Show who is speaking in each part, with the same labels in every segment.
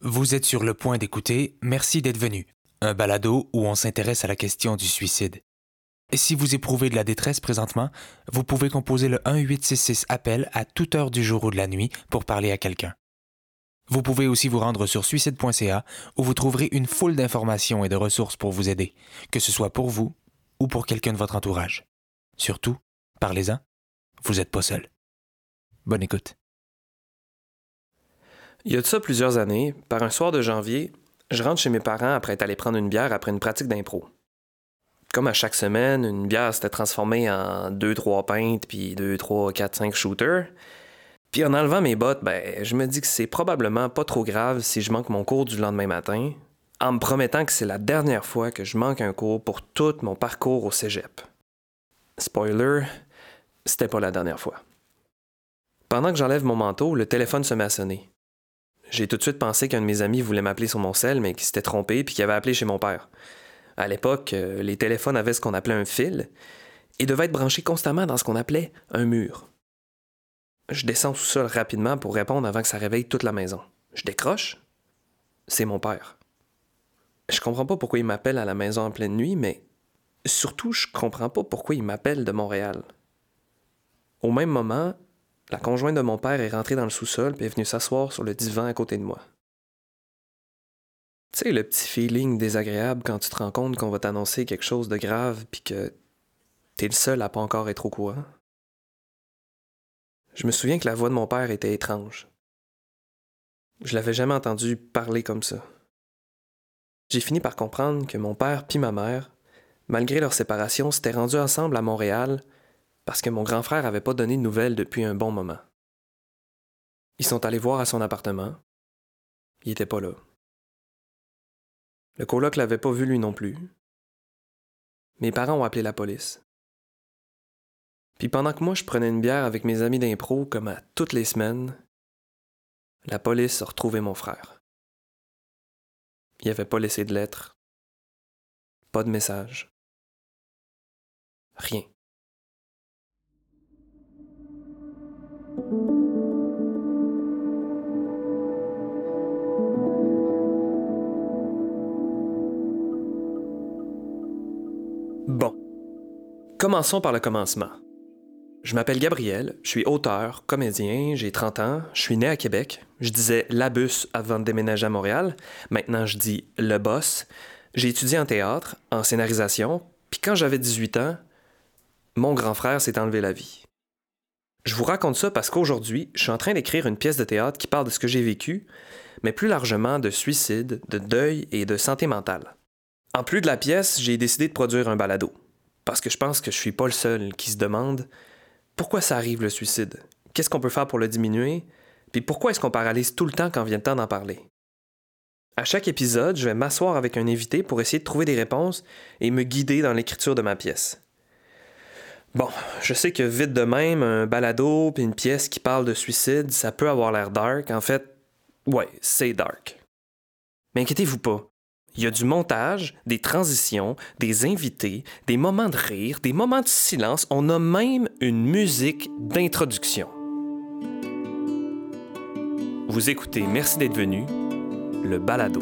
Speaker 1: Vous êtes sur le point d'écouter Merci d'être venu, un balado où on s'intéresse à la question du suicide. Et si vous éprouvez de la détresse présentement, vous pouvez composer le 1-866-APPEL à toute heure du jour ou de la nuit pour parler à quelqu'un. Vous pouvez aussi vous rendre sur suicide.ca où vous trouverez une foule d'informations et de ressources pour vous aider, que ce soit pour vous ou pour quelqu'un de votre entourage. Surtout, parlez-en, vous n'êtes pas seul. Bonne écoute.
Speaker 2: Il y a de ça plusieurs années, par un soir de janvier, je rentre chez mes parents après être allé prendre une bière après une pratique d'impro. Comme à chaque semaine, une bière s'était transformée en 2-3 pintes puis 2-3-4-5 shooters. Puis en enlevant mes bottes, je me dis que c'est probablement pas trop grave si je manque mon cours du lendemain matin, en me promettant que c'est la dernière fois que je manque un cours pour tout mon parcours au cégep. Spoiler, c'était pas la dernière fois. Pendant que j'enlève mon manteau, le téléphone se met à sonner. J'ai tout de suite pensé qu'un de mes amis voulait m'appeler sur mon cell, mais qu'il s'était trompé puis qu'il avait appelé chez mon père. À l'époque, les téléphones avaient ce qu'on appelait un fil et devaient être branchés constamment dans ce qu'on appelait un mur. Je descends au sous-sol rapidement pour répondre avant que ça réveille toute la maison. Je décroche. C'est mon père. Je comprends pas pourquoi il m'appelle à la maison en pleine nuit, mais surtout, je comprends pas pourquoi il m'appelle de Montréal. Au même moment, la conjointe de mon père est rentrée dans le sous-sol et est venue s'asseoir sur le divan à côté de moi. Tu sais, le petit feeling désagréable quand tu te rends compte qu'on va t'annoncer quelque chose de grave puis que t'es le seul à pas encore être au courant. Je me souviens que la voix de mon père était étrange. Je l'avais jamais entendu parler comme ça. J'ai fini par comprendre que mon père puis ma mère, malgré leur séparation, s'étaient rendus ensemble à Montréal parce que mon grand frère avait pas donné de nouvelles depuis un bon moment. Ils sont allés voir à son appartement. Il était pas là. Le coloc l'avait pas vu lui non plus. Mes parents ont appelé la police. Puis pendant que moi je prenais une bière avec mes amis d'impro comme à toutes les semaines, la police a retrouvé mon frère. Il avait pas laissé de lettre, pas de message, rien. Bon, commençons par le commencement. Je m'appelle Gabriel, je suis auteur, comédien, j'ai 30 ans, je suis né à Québec. Je disais la bus avant de déménager à Montréal. Maintenant, je dis le boss. J'ai étudié en théâtre, en scénarisation, puis quand j'avais 18 ans, mon grand frère s'est enlevé la vie. Je vous raconte ça parce qu'aujourd'hui, je suis en train d'écrire une pièce de théâtre qui parle de ce que j'ai vécu, mais plus largement de suicide, de deuil et de santé mentale. En plus de la pièce, j'ai décidé de produire un balado, parce que je pense que je suis pas le seul qui se demande pourquoi ça arrive le suicide, qu'est-ce qu'on peut faire pour le diminuer, puis pourquoi est-ce qu'on paralyse tout le temps quand vient le temps d'en parler. À chaque épisode, je vais m'asseoir avec un invité pour essayer de trouver des réponses et me guider dans l'écriture de ma pièce. Bon, je sais que vite de même, un balado puis une pièce qui parle de suicide, ça peut avoir l'air dark. En fait, ouais, c'est dark. Mais inquiétez-vous pas. Il y a du montage, des transitions, des invités, des moments de rire, des moments de silence. On a même une musique d'introduction. Vous écoutez Merci d'être venu, le balado.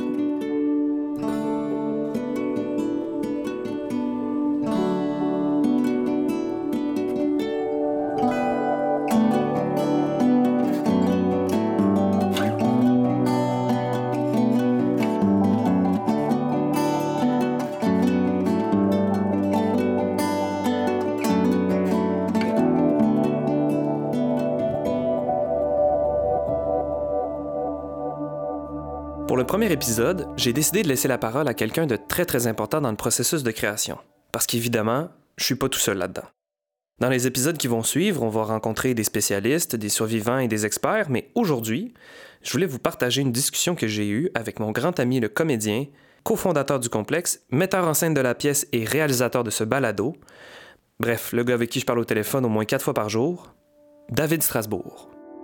Speaker 2: Pour le premier épisode, j'ai décidé de laisser la parole à quelqu'un de très très important dans le processus de création. Parce qu'évidemment, je suis pas tout seul là-dedans. Dans les épisodes qui vont suivre, on va rencontrer des spécialistes, des survivants et des experts, mais aujourd'hui, je voulais vous partager une discussion que j'ai eue avec mon grand ami le comédien, cofondateur du complexe, metteur en scène de la pièce et réalisateur de ce balado. Bref, le gars avec qui je parle au téléphone au moins 4 fois par jour, David Strasbourg.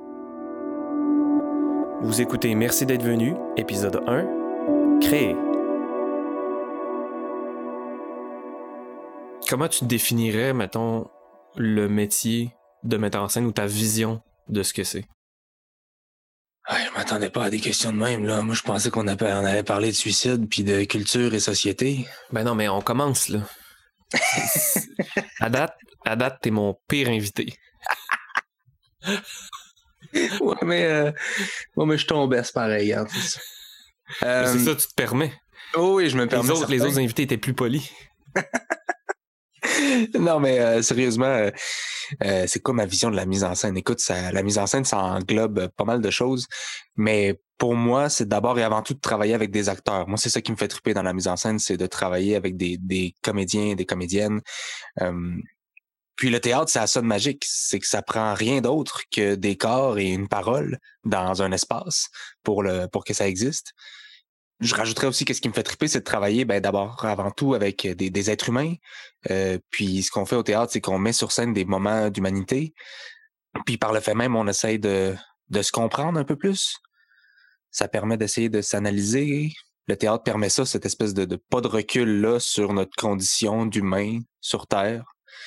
Speaker 2: Vous écoutez Merci d'être venu, épisode 1, Créer. Comment tu définirais, mettons, le métier de metteur en scène ou ta vision de ce que c'est?
Speaker 1: Ouais, je m'attendais pas à des questions de même, là. Moi, je pensais on allait parler de suicide puis de culture et société.
Speaker 2: Ben non, mais on commence, là. À date, t'es mon pire invité.
Speaker 1: Ouais, mais je tombais, c'est pareil, hein, c'est ça.
Speaker 2: C'est ça, tu te permets.
Speaker 1: Oh oui, je me permets.
Speaker 2: Les autres invités étaient plus polis.
Speaker 1: Non, mais sérieusement, c'est quoi ma vision de la mise en scène? Écoute, la mise en scène, ça englobe pas mal de choses, mais pour moi, c'est d'abord et avant tout de travailler avec des acteurs. Moi, c'est ça qui me fait triper dans la mise en scène, c'est de travailler avec des comédiens, des comédiennes. Puis le théâtre, c'est ça de magique, c'est que ça prend rien d'autre que des corps et une parole dans un espace pour que ça existe. Je rajouterais aussi que ce qui me fait triper, c'est de travailler d'abord avant tout avec des êtres humains. Puis ce qu'on fait au théâtre, c'est qu'on met sur scène des moments d'humanité. Puis par le fait même, on essaye de se comprendre un peu plus. Ça permet d'essayer de s'analyser. Le théâtre permet ça, cette espèce de pas de recul là sur notre condition d'humain sur Terre.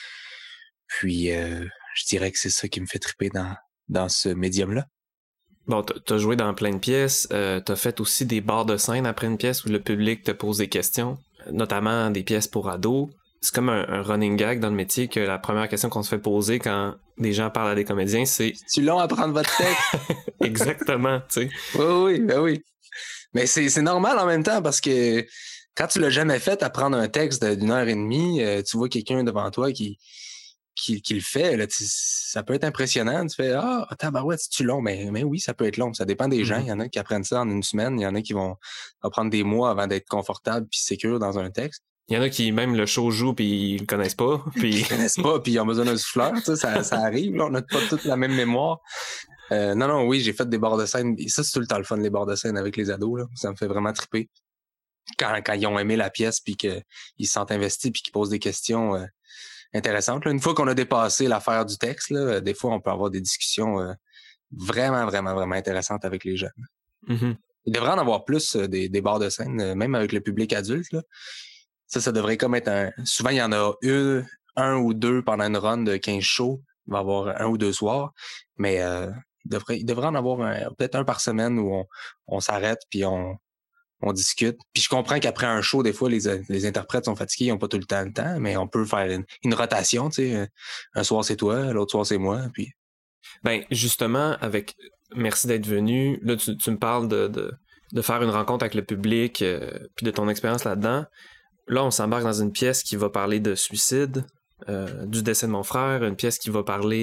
Speaker 1: Puis je dirais que c'est ça qui me fait triper dans ce médium-là.
Speaker 2: Bon, t'as joué dans plein de pièces, t'as fait aussi des bars de scène après une pièce où le public te pose des questions, notamment des pièces pour ados. C'est comme un running gag dans le métier que la première question qu'on se fait poser quand des gens parlent à des comédiens, c'est...
Speaker 1: C'est-tu long à prendre votre texte?
Speaker 2: Exactement, tu sais.
Speaker 1: Oui, oui. Mais c'est normal en même temps parce que quand tu l'as jamais fait, apprendre un texte d'une heure et demie, tu vois quelqu'un devant toi qui le fait, là, ça peut être impressionnant. Tu fais tabarouette, c'est-tu long? Mais oui, ça peut être long. Ça dépend des gens. Il y en a qui apprennent ça en une semaine, il y en a qui vont prendre des mois avant d'être confortables puis sécures dans un texte.
Speaker 2: Il y en a qui, même le show joue puis ils le connaissent pas. Puis...
Speaker 1: Ils connaissent pas puis ils ont besoin d'un souffleur. Ça arrive, là, on n'a pas toute la même mémoire. Non, oui, j'ai fait des bords de scène. Et ça, c'est tout le temps le fun, les bords de scène avec les ados. Là. Ça me fait vraiment triper. Quand ils ont aimé la pièce puis qu'ils se sentent investis puis qu'ils posent des questions intéressantes. Là. Une fois qu'on a dépassé l'affaire du texte, là, des fois, on peut avoir des discussions vraiment, vraiment, vraiment intéressantes avec les jeunes.
Speaker 2: Mm-hmm.
Speaker 1: Il devrait en avoir plus des bords de scène, même avec le public adulte. Là. Ça devrait comme être Souvent, il y en a un ou deux pendant une run de 15 shows. Il va y avoir un ou deux soirs. Mais il devrait en avoir peut-être un par semaine où on s'arrête puis on discute. Puis je comprends qu'après un show, des fois, les interprètes sont fatigués, ils n'ont pas tout le temps, mais on peut faire une rotation, tu sais. Un soir, c'est toi, l'autre soir, c'est moi. Puis...
Speaker 2: Ben, justement, merci d'être venu. Là, tu me parles de faire une rencontre avec le public, puis de ton expérience là-dedans. Là, on s'embarque dans une pièce qui va parler de suicide, du décès de mon frère, une pièce qui va parler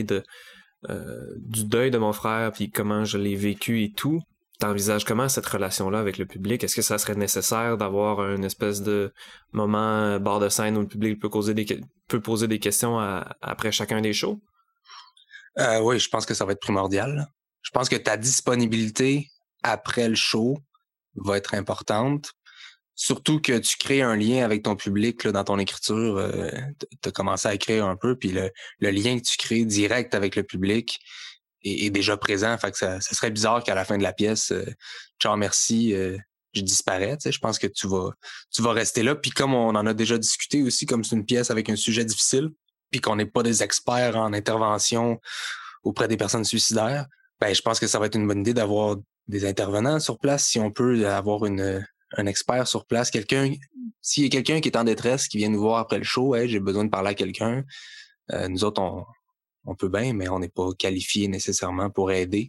Speaker 2: du deuil de mon frère, puis comment je l'ai vécu et tout. T'envisages comment cette relation-là avec le public? Est-ce que ça serait nécessaire d'avoir une espèce de moment bord de scène où le public peut poser des questions après chacun des shows?
Speaker 1: Oui, je pense que ça va être primordial. Là. Je pense que ta disponibilité après le show va être importante. Surtout que tu crées un lien avec ton public là, dans ton écriture. Tu as commencé à écrire un peu, puis le lien que tu crées direct avec le public est déjà présent. Fait que ça serait bizarre qu'à la fin de la pièce, ciao, merci, je disparais. Je pense que tu vas rester là. Puis comme on en a déjà discuté aussi, comme c'est une pièce avec un sujet difficile, puis qu'on n'est pas des experts en intervention auprès des personnes suicidaires, ben je pense que ça va être une bonne idée d'avoir des intervenants sur place si on peut avoir un expert sur place, s'il y a quelqu'un qui est en détresse, qui vient nous voir après le show, hey, j'ai besoin de parler à quelqu'un. Nous autres, on peut bien, mais on n'est pas qualifié nécessairement pour aider.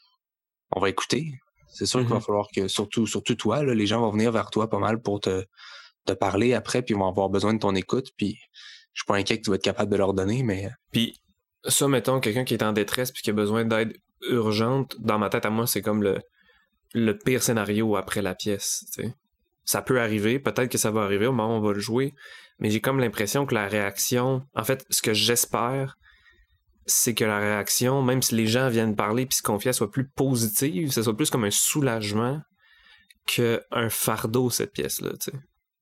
Speaker 1: On va écouter. C'est sûr qu'il va falloir que, surtout toi, là, les gens vont venir vers toi pas mal pour te parler après, puis ils vont avoir besoin de ton écoute, puis je suis pas inquiet que tu vas être capable de leur donner, mais...
Speaker 2: Puis ça, mettons, quelqu'un qui est en détresse puis qui a besoin d'aide urgente, dans ma tête à moi, c'est comme le pire scénario après la pièce, tu sais. Ça peut arriver, peut-être que ça va arriver au moment où on va le jouer, mais j'ai comme l'impression que la réaction... En fait, ce que j'espère, c'est que la réaction, même si les gens viennent parler puis se confier, soit plus positive, ce soit plus comme un soulagement qu'un fardeau, cette pièce-là, tu sais.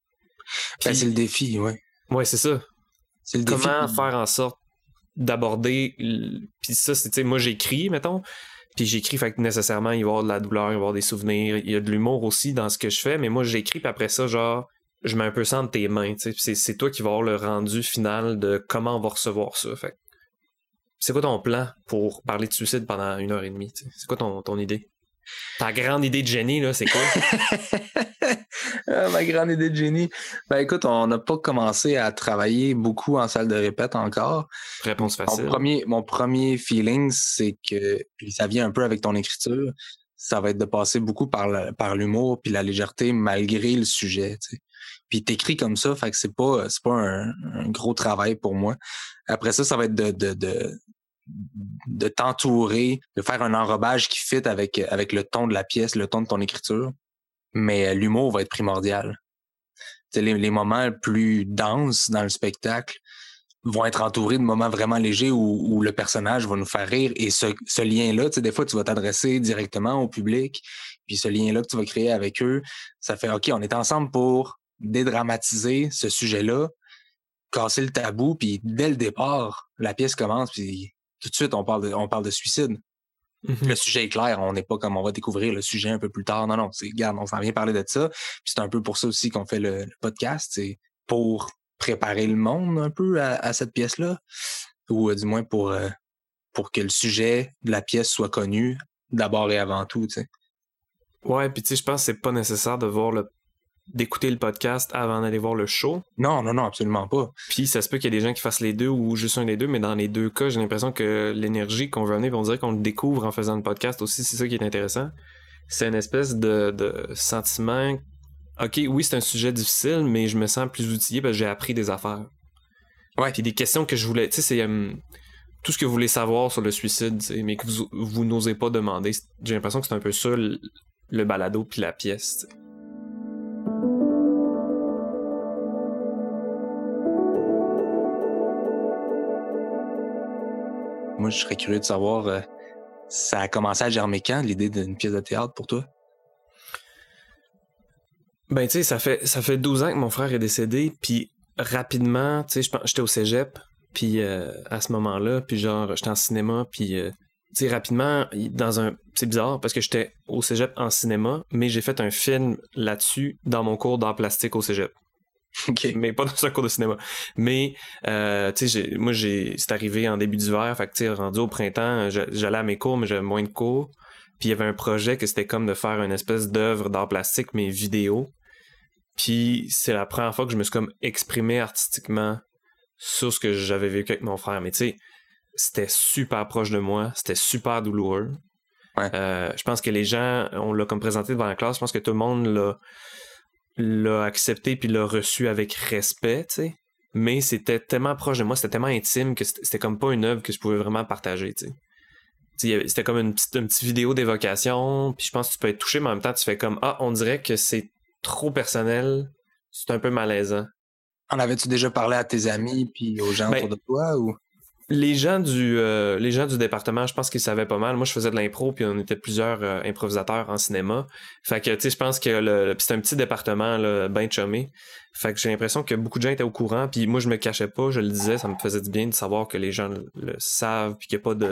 Speaker 1: Ben, c'est le défi, oui.
Speaker 2: Ouais, c'est ça.
Speaker 1: C'est le
Speaker 2: Comment
Speaker 1: défi.
Speaker 2: faire en sorte d'aborder... Puis ça, c'est, tu sais, moi j'écris, mettons, puis j'écris, fait que nécessairement, il va y avoir de la douleur, il va y avoir des souvenirs, il y a de l'humour aussi dans ce que je fais, mais moi j'écris, puis après ça, genre, je mets un peu ça entre tes mains, tu sais, c'est toi qui vas avoir le rendu final de comment on va recevoir ça, fait. C'est quoi ton plan pour parler de suicide pendant 1h30, tu sais? C'est quoi ton idée? Ta grande idée de génie, là, c'est quoi?
Speaker 3: Ma grande idée de génie. Ben écoute, on n'a pas commencé à travailler beaucoup en salle de répète encore.
Speaker 2: Réponse facile.
Speaker 3: Mon premier feeling, c'est que, puis ça vient un peu avec ton écriture, ça va être de passer beaucoup par l'humour puis la légèreté malgré le sujet, tu sais. Puis t'écris comme ça, fait que c'est pas un gros travail pour moi. Après ça va être de t'entourer, de faire un enrobage qui fit avec le ton de la pièce, le ton de ton écriture. Mais l'humour va être primordial. T'sais, les moments plus denses dans le spectacle vont être entourés de moments vraiment légers où le personnage va nous faire rire. Et ce lien-là, des fois, tu vas t'adresser directement au public. Puis ce lien-là que tu vas créer avec eux, ça fait OK, on est ensemble pour dédramatiser ce sujet-là, casser le tabou. Puis dès le départ, la pièce commence. Puis tout de suite, on parle de suicide. Le sujet est clair, on n'est pas comme on va découvrir le sujet un peu plus tard. Non, regarde, on s'en vient parler de ça. Puis c'est un peu pour ça aussi qu'on fait le podcast, c'est pour préparer le monde un peu à cette pièce-là, ou du moins pour que le sujet de la pièce soit connu d'abord et avant tout, tu sais.
Speaker 2: Ouais, puis tu sais, je pense que c'est pas nécessaire d'écouter le podcast avant d'aller voir le show.
Speaker 3: Non, absolument pas.
Speaker 2: Puis ça se peut qu'il y ait des gens qui fassent les deux ou juste un des deux, mais dans les deux cas, j'ai l'impression que l'énergie qu'on veut amener, on dirait qu'on le découvre en faisant le podcast aussi, c'est ça qui est intéressant. C'est une espèce de sentiment. OK, oui, c'est un sujet difficile, mais je me sens plus outillé parce que j'ai appris des affaires.
Speaker 3: Ouais.
Speaker 2: Puis des questions que je voulais. Tu sais, c'est tout ce que vous voulez savoir sur le suicide, mais que vous n'osez pas demander. J'ai l'impression que c'est un peu ça le balado puis la pièce. T'sais.
Speaker 3: Moi, je serais curieux de savoir, ça a commencé à germer quand, l'idée d'une pièce de théâtre pour toi?
Speaker 2: Ben, tu sais, ça fait 12 ans que mon frère est décédé, puis rapidement, tu sais, j'étais au cégep, puis à ce moment-là, puis genre, j'étais en cinéma, puis, tu sais, rapidement, c'est bizarre, parce que j'étais au cégep en cinéma, mais j'ai fait un film là-dessus dans mon cours d'art plastique au cégep.
Speaker 3: Okay.
Speaker 2: Mais pas dans un cours de cinéma. Mais, tu sais, c'est arrivé en début d'hiver, fait que, tu sais, rendu au printemps, j'allais à mes cours, mais j'avais moins de cours. Puis il y avait un projet que c'était comme de faire une espèce d'œuvre d'art plastique, mais vidéo. Puis c'est la première fois que je me suis comme exprimé artistiquement sur ce que j'avais vécu avec mon frère. Mais tu sais, c'était super proche de moi, c'était super douloureux.
Speaker 3: Ouais.
Speaker 2: Je pense que les gens, on l'a comme présenté devant la classe, je pense que tout le monde l'a accepté puis l'a reçu avec respect, tu sais. Mais c'était tellement proche de moi, c'était tellement intime que c'était comme pas une œuvre que je pouvais vraiment partager, tu sais. C'était comme une petite vidéo d'évocation, puis je pense que tu peux être touché, mais en même temps, tu fais comme « Ah, on dirait que c'est trop personnel, c'est un peu malaisant. »
Speaker 3: En avais-tu déjà parlé à tes amis puis aux gens autour de toi, ou?
Speaker 2: Les gens du département, je pense qu'ils savaient pas mal. Moi, je faisais de l'impro, puis on était plusieurs improvisateurs en cinéma. Fait que, tu sais, je pense que c'est un petit département bien chumé. Fait que j'ai l'impression que beaucoup de gens étaient au courant, puis moi, je me cachais pas, je le disais, ça me faisait du bien de savoir que les gens le savent, puis qu'il n'y a pas de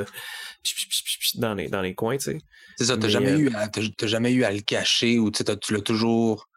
Speaker 2: dans les coins, tu sais.
Speaker 3: C'est ça, t'as jamais eu à le cacher, ou tu l'as toujours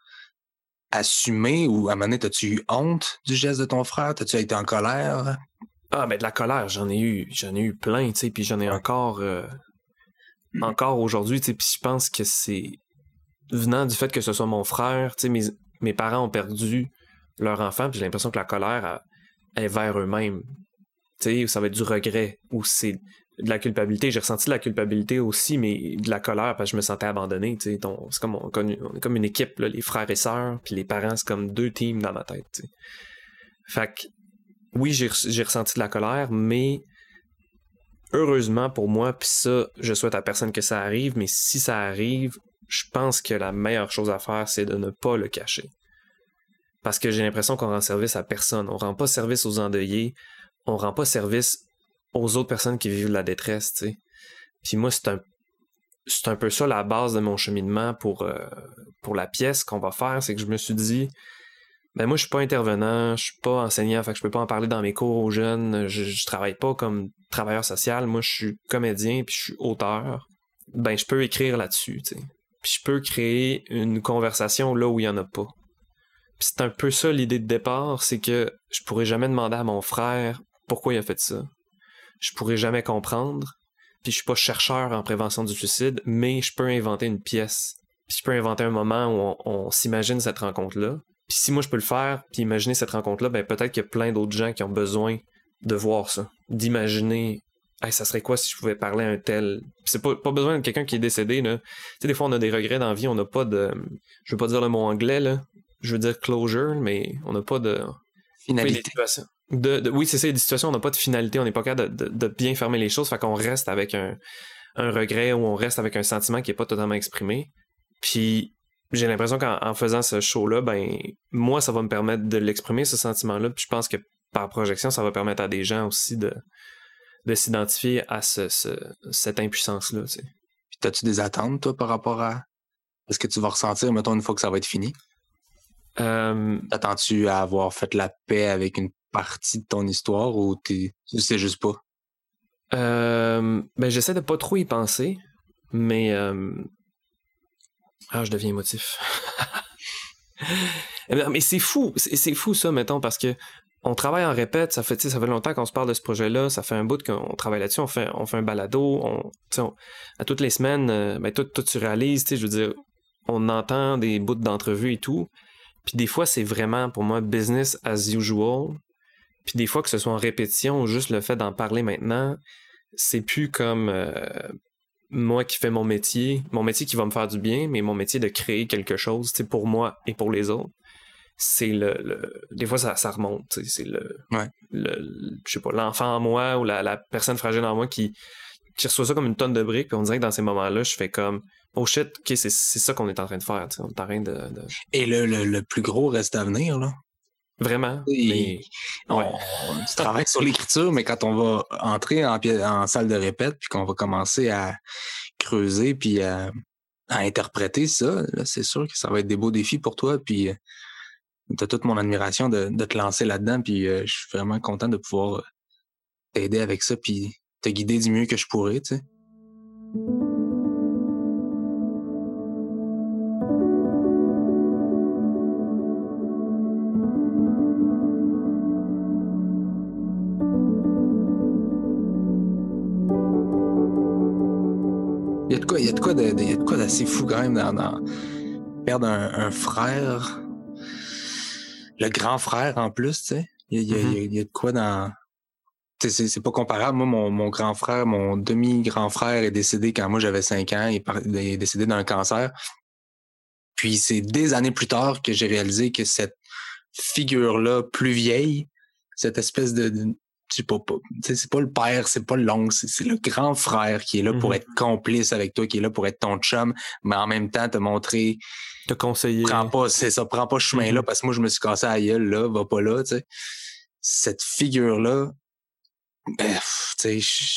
Speaker 3: assumé, ou à un moment donné, t'as-tu eu honte du geste de ton frère? T'as-tu été en colère?
Speaker 2: Ah, ben de la colère, j'en ai eu plein, tu sais, puis j'en ai encore aujourd'hui, tu sais, puis je pense que c'est venant du fait que ce soit mon frère, tu sais, mes parents ont perdu leur enfant, puis j'ai l'impression que la colère est vers eux-mêmes, tu sais, ça va être du regret, ou c'est de la culpabilité. J'ai ressenti de la culpabilité aussi, mais de la colère parce que je me sentais abandonné, tu sais, c'est comme on est comme une équipe, là, les frères et sœurs, puis les parents, c'est comme deux teams dans ma tête, tu sais. Fait que oui, j'ai ressenti de la colère, mais heureusement pour moi, puis ça, je souhaite à personne que ça arrive, mais si ça arrive, je pense que la meilleure chose à faire, c'est de ne pas le cacher. Parce que j'ai l'impression qu'on rend service à personne. On rend pas service aux endeuillés, on rend pas service aux autres personnes qui vivent de la détresse, tu sais. Puis moi, c'est un peu ça la base de mon cheminement pour la pièce qu'on va faire, c'est que je me suis dit, ben moi je suis pas intervenant, je suis pas enseignant, fait que je peux pas en parler dans mes cours aux jeunes, je travaille pas comme travailleur social, moi je suis comédien puis je suis auteur. Ben je peux écrire là-dessus, tu sais. Puis je peux créer une conversation là où il y en a pas. Puis c'est un peu ça l'idée de départ, c'est que je pourrais jamais demander à mon frère pourquoi il a fait ça. Je pourrais jamais comprendre, puis je suis pas chercheur en prévention du suicide, mais je peux inventer une pièce. Puis je peux inventer un moment où on s'imagine cette rencontre-là. Puis si moi je peux le faire, puis imaginer cette rencontre-là, ben peut-être qu'il y a plein d'autres gens qui ont besoin de voir ça, d'imaginer, hey, ça serait quoi si je pouvais parler à un tel. Puis c'est pas besoin de quelqu'un qui est décédé, là. Tu sais, des fois on a des regrets dans la vie, on n'a pas de, je veux pas dire le mot anglais, là, je veux dire closure, mais on n'a pas de
Speaker 3: Finalité.
Speaker 2: Oui, c'est ça, il y a des situations où on n'a pas de finalité, on n'est pas capable de bien fermer les choses, fait qu'on reste avec un regret ou on reste avec un sentiment qui n'est pas totalement exprimé. Puis j'ai l'impression qu'en faisant ce show-là, ben moi, ça va me permettre de l'exprimer, ce sentiment-là. Puis je pense que par projection, ça va permettre à des gens aussi de s'identifier à cette impuissance-là. Tu sais.
Speaker 3: Puis t'as-tu des attentes, toi, par rapport à ce que tu vas ressentir, mettons, une fois que ça va être fini? T'attends-tu à avoir fait la paix avec une partie de ton histoire ou tu sais juste pas?
Speaker 2: Ben j'essaie de pas trop y penser, mais je deviens émotif. Mais c'est fou ça, mettons, parce que on travaille en répète, ça fait longtemps qu'on se parle de ce projet-là, ça fait un bout qu'on travaille là-dessus, on fait un balado, à toutes les semaines, toi tu réalises, je veux dire, on entend des bouts d'entrevues et tout, puis des fois c'est vraiment pour moi business as usual, puis des fois que ce soit en répétition ou juste le fait d'en parler maintenant, c'est plus comme moi qui fais mon métier qui va me faire du bien, mais mon métier de créer quelque chose, pour moi et pour les autres. C'est des fois ça remonte, c'est je sais pas, l'enfant en moi ou la personne fragile en moi qui reçoit ça comme une tonne de briques, puis on dirait que dans ces moments-là, je fais comme oh shit, ok, c'est ça qu'on est en train de faire, on est en train de...
Speaker 3: Et le plus gros reste à venir, là.
Speaker 2: Vraiment.
Speaker 3: Tu travailles sur l'écriture, mais quand on va entrer en salle de répète, puis qu'on va commencer à creuser, puis à interpréter ça, là, c'est sûr que ça va être des beaux défis pour toi, puis t'as toute mon admiration de te lancer là-dedans, puis je suis vraiment content de pouvoir t'aider avec ça, puis te guider du mieux que je pourrais, tu sais. Il y a de quoi d'assez fou quand même dans perdre un frère, le grand frère en plus, tu sais. Il y a de quoi dans... C'est pas comparable. Moi, mon grand frère, mon demi-grand frère est décédé quand moi j'avais 5 ans. Il est décédé d'un cancer. Puis c'est des années plus tard que j'ai réalisé que cette figure-là, plus vieille, cette espèce de je sais pas, c'est pas le père, c'est pas l'oncle, c'est le grand frère qui est là pour être complice avec toi, qui est là pour être ton chum, mais en même temps te montrer,
Speaker 2: te conseiller.
Speaker 3: Prends pas ce chemin-là, parce que moi je me suis cassé à la gueule, là, va pas là, tu sais. Cette figure-là, tu sais,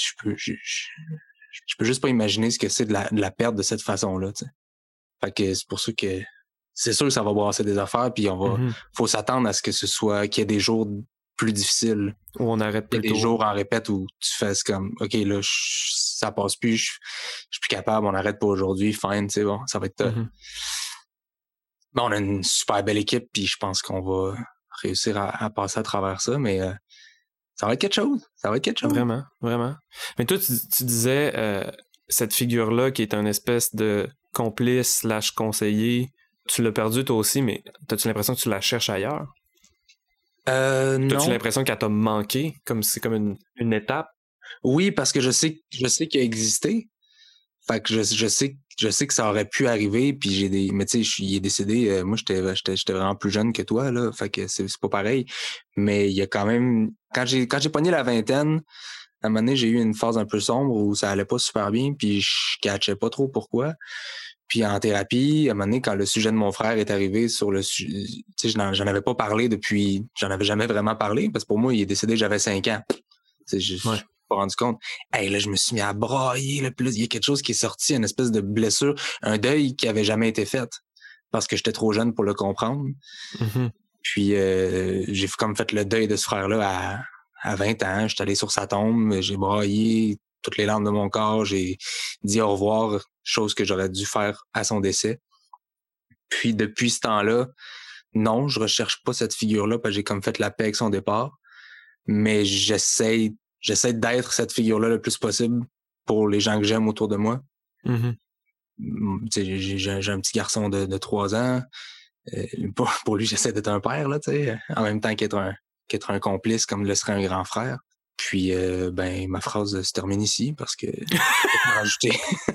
Speaker 3: je peux juste pas imaginer ce que c'est de la perdre de cette façon-là, tu sais. Fait que c'est pour ça que c'est sûr que ça va brasser des affaires, puis faut s'attendre à ce que qu'il y ait des jours plus difficiles.
Speaker 2: Où on arrête plus tôt.
Speaker 3: Il y a des jours en répète où tu fais comme, OK, là, ça passe plus, je suis plus capable, on arrête pas aujourd'hui, fine, tu sais, bon, ça va être... Bon, on a une super belle équipe, puis je pense qu'on va réussir à passer à travers ça, mais ça va être quelque chose. Ça va être quelque chose.
Speaker 2: Vraiment, vraiment. Mais toi, tu disais, cette figure-là qui est un espèce de complice / conseiller, tu l'as perdu toi aussi, mais as-tu l'impression que tu la cherches ailleurs?
Speaker 3: Non.
Speaker 2: As-tu l'impression qu'elle t'a manqué? Comme c'est comme une étape?
Speaker 3: Oui, parce que je sais qu'il a existé. Fait que je sais que ça aurait pu arriver, puis mais tu sais, il est décédé, moi j'étais vraiment plus jeune que toi, là, fait que c'est pas pareil. Mais il y a quand même, quand j'ai pogné la vingtaine, à un moment donné, j'ai eu une phase un peu sombre où ça allait pas super bien, puis je catchais pas trop pourquoi. Puis en thérapie, à un moment donné, quand le sujet de mon frère est arrivé sur le sujet, tu sais, j'en avais pas parlé j'en avais jamais vraiment parlé, parce que pour moi, il est décédé, j'avais 5 ans. Tu sais, je suis pas rendu compte. Hey, là, je me suis mis à brailler, là, puis là, il y a quelque chose qui est sorti, une espèce de blessure, un deuil qui avait jamais été fait, parce que j'étais trop jeune pour le comprendre. Puis j'ai comme fait le deuil de ce frère-là à 20 ans. J'étais allé sur sa tombe, j'ai braillé toutes les larmes de mon corps, j'ai dit au revoir, chose que j'aurais dû faire à son décès. Puis depuis ce temps-là, non, je recherche pas cette figure-là parce que j'ai comme fait la paix avec son départ, mais j'essaie d'être cette figure-là le plus possible pour les gens que j'aime autour de moi.
Speaker 2: Mm-hmm.
Speaker 3: J'ai un petit garçon de 3 ans. Pour lui, j'essaie d'être un père, là, en même temps qu'être un complice comme le serait un grand frère. Puis, ma phrase se termine ici parce que je peux rajouter.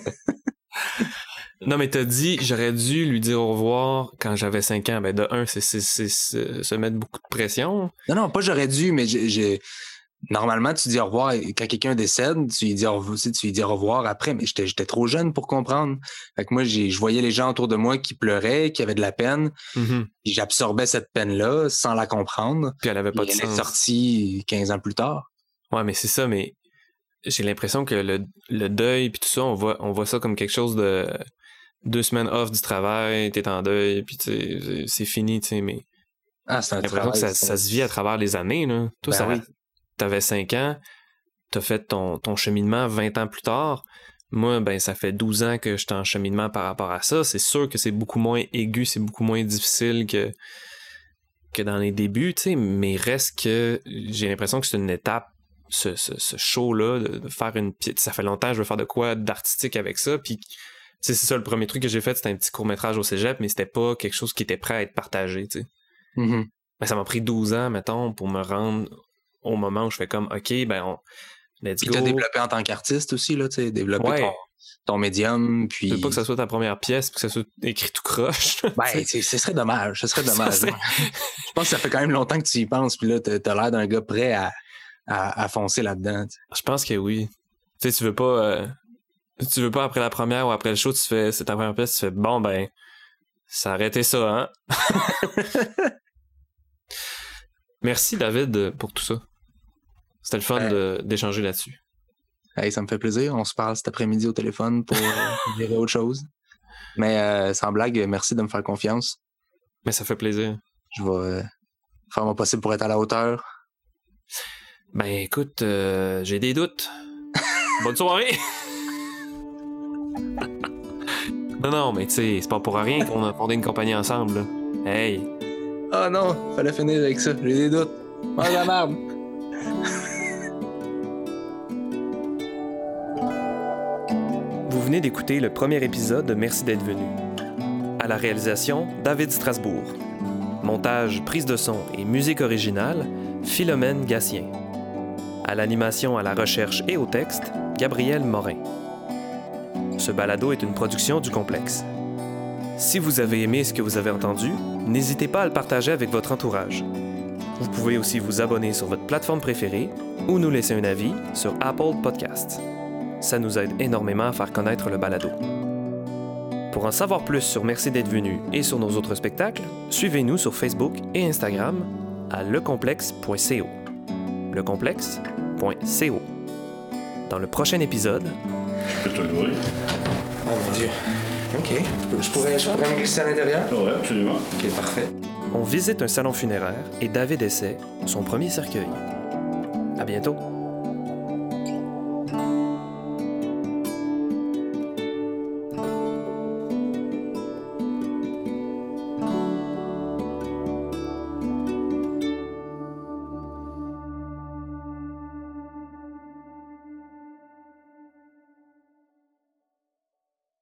Speaker 2: Non, mais t'as dit, j'aurais dû lui dire au revoir quand j'avais 5 ans. Ben, de un, c'est se mettre beaucoup de pression.
Speaker 3: Non, pas j'aurais dû, mais normalement, tu dis au revoir quand quelqu'un décède, tu lui dis au revoir après, mais j'étais trop jeune pour comprendre. Fait que moi, je voyais les gens autour de moi qui pleuraient, qui avaient de la peine,
Speaker 2: Mm-hmm.
Speaker 3: et j'absorbais cette peine-là sans la comprendre.
Speaker 2: Puis elle avait pas de sens.
Speaker 3: Elle est sortie 15 ans plus tard.
Speaker 2: Ouais, mais c'est ça, mais j'ai l'impression que le deuil puis tout ça, on voit ça comme quelque chose de 2 semaines off du travail, t'es en deuil, puis c'est fini, tu sais, mais
Speaker 3: C'est un
Speaker 2: j'ai l'impression que ça se vit à travers les années, là. Toi,
Speaker 3: oui.
Speaker 2: T'avais 5 ans, t'as fait ton cheminement 20 ans plus tard. Moi, ça fait 12 ans que j'étais en cheminement par rapport à ça. C'est sûr que c'est beaucoup moins aigu, c'est beaucoup moins difficile que dans les débuts, tu sais, mais reste que j'ai l'impression que c'est une étape, ce show-là, de faire une pièce. Ça fait longtemps que je veux faire de quoi d'artistique avec ça, puis c'est ça, le premier truc que j'ai fait, c'était un petit court-métrage au cégep, mais c'était pas quelque chose qui était prêt à être partagé, tu sais.
Speaker 3: Mm-hmm.
Speaker 2: Ça m'a pris 12 ans, mettons, pour me rendre au moment où je fais comme, OK, let's go.
Speaker 3: Puis t'as développé en tant qu'artiste aussi, là, tu sais, développé ton médium, puis...
Speaker 2: Je veux pas que ça soit ta première pièce, puis que ça soit écrit tout croche.
Speaker 3: Ce serait dommage, Je pense que ça fait quand même longtemps que tu y penses, puis là, t'as l'air d'un gars prêt à foncer là-dedans. T'sais.
Speaker 2: Je pense que oui. Tu sais, tu veux pas après la première ou après le show, c'est ta première pièce, tu fais, ça a arrêté ça, hein? Merci, David, pour tout ça. C'était le fun d'échanger là-dessus.
Speaker 3: Hey, ça me fait plaisir. On se parle cet après-midi au téléphone pour gérer autre chose. Mais sans blague, merci de me faire confiance.
Speaker 2: Mais ça fait plaisir.
Speaker 3: Je vais faire mon possible pour être à la hauteur.
Speaker 2: Écoute, j'ai des doutes. Bonne soirée! Non, mais tu sais, c'est pas pour rien qu'on a fondé une compagnie ensemble, là. Hey!
Speaker 3: Oh non, fallait finir avec ça. J'ai des doutes. Mange la merde!
Speaker 2: Vous venez d'écouter le premier épisode de Merci d'être venu. À la réalisation, David Strasbourg. Montage, prise de son et musique originale, Philomène Gatien. À l'animation, à la recherche et au texte, Gabriel Morin. Ce balado est une production du Complexe. Si vous avez aimé ce que vous avez entendu, n'hésitez pas à le partager avec votre entourage. Vous pouvez aussi vous abonner sur votre plateforme préférée ou nous laisser un avis sur Apple Podcasts. Ça nous aide énormément à faire connaître le balado. Pour en savoir plus sur Merci d'être venu et sur nos autres spectacles, suivez-nous sur Facebook et Instagram à lecomplexe.co. lecomplexe.co. Dans le prochain épisode...
Speaker 4: Je peux te l'ouvrir?
Speaker 3: Oh mon Dieu. OK. Je pourrais me glisser à l'intérieur?
Speaker 4: Oui, absolument.
Speaker 3: OK, parfait.
Speaker 2: On visite un salon funéraire et David essaie son premier cercueil. À bientôt!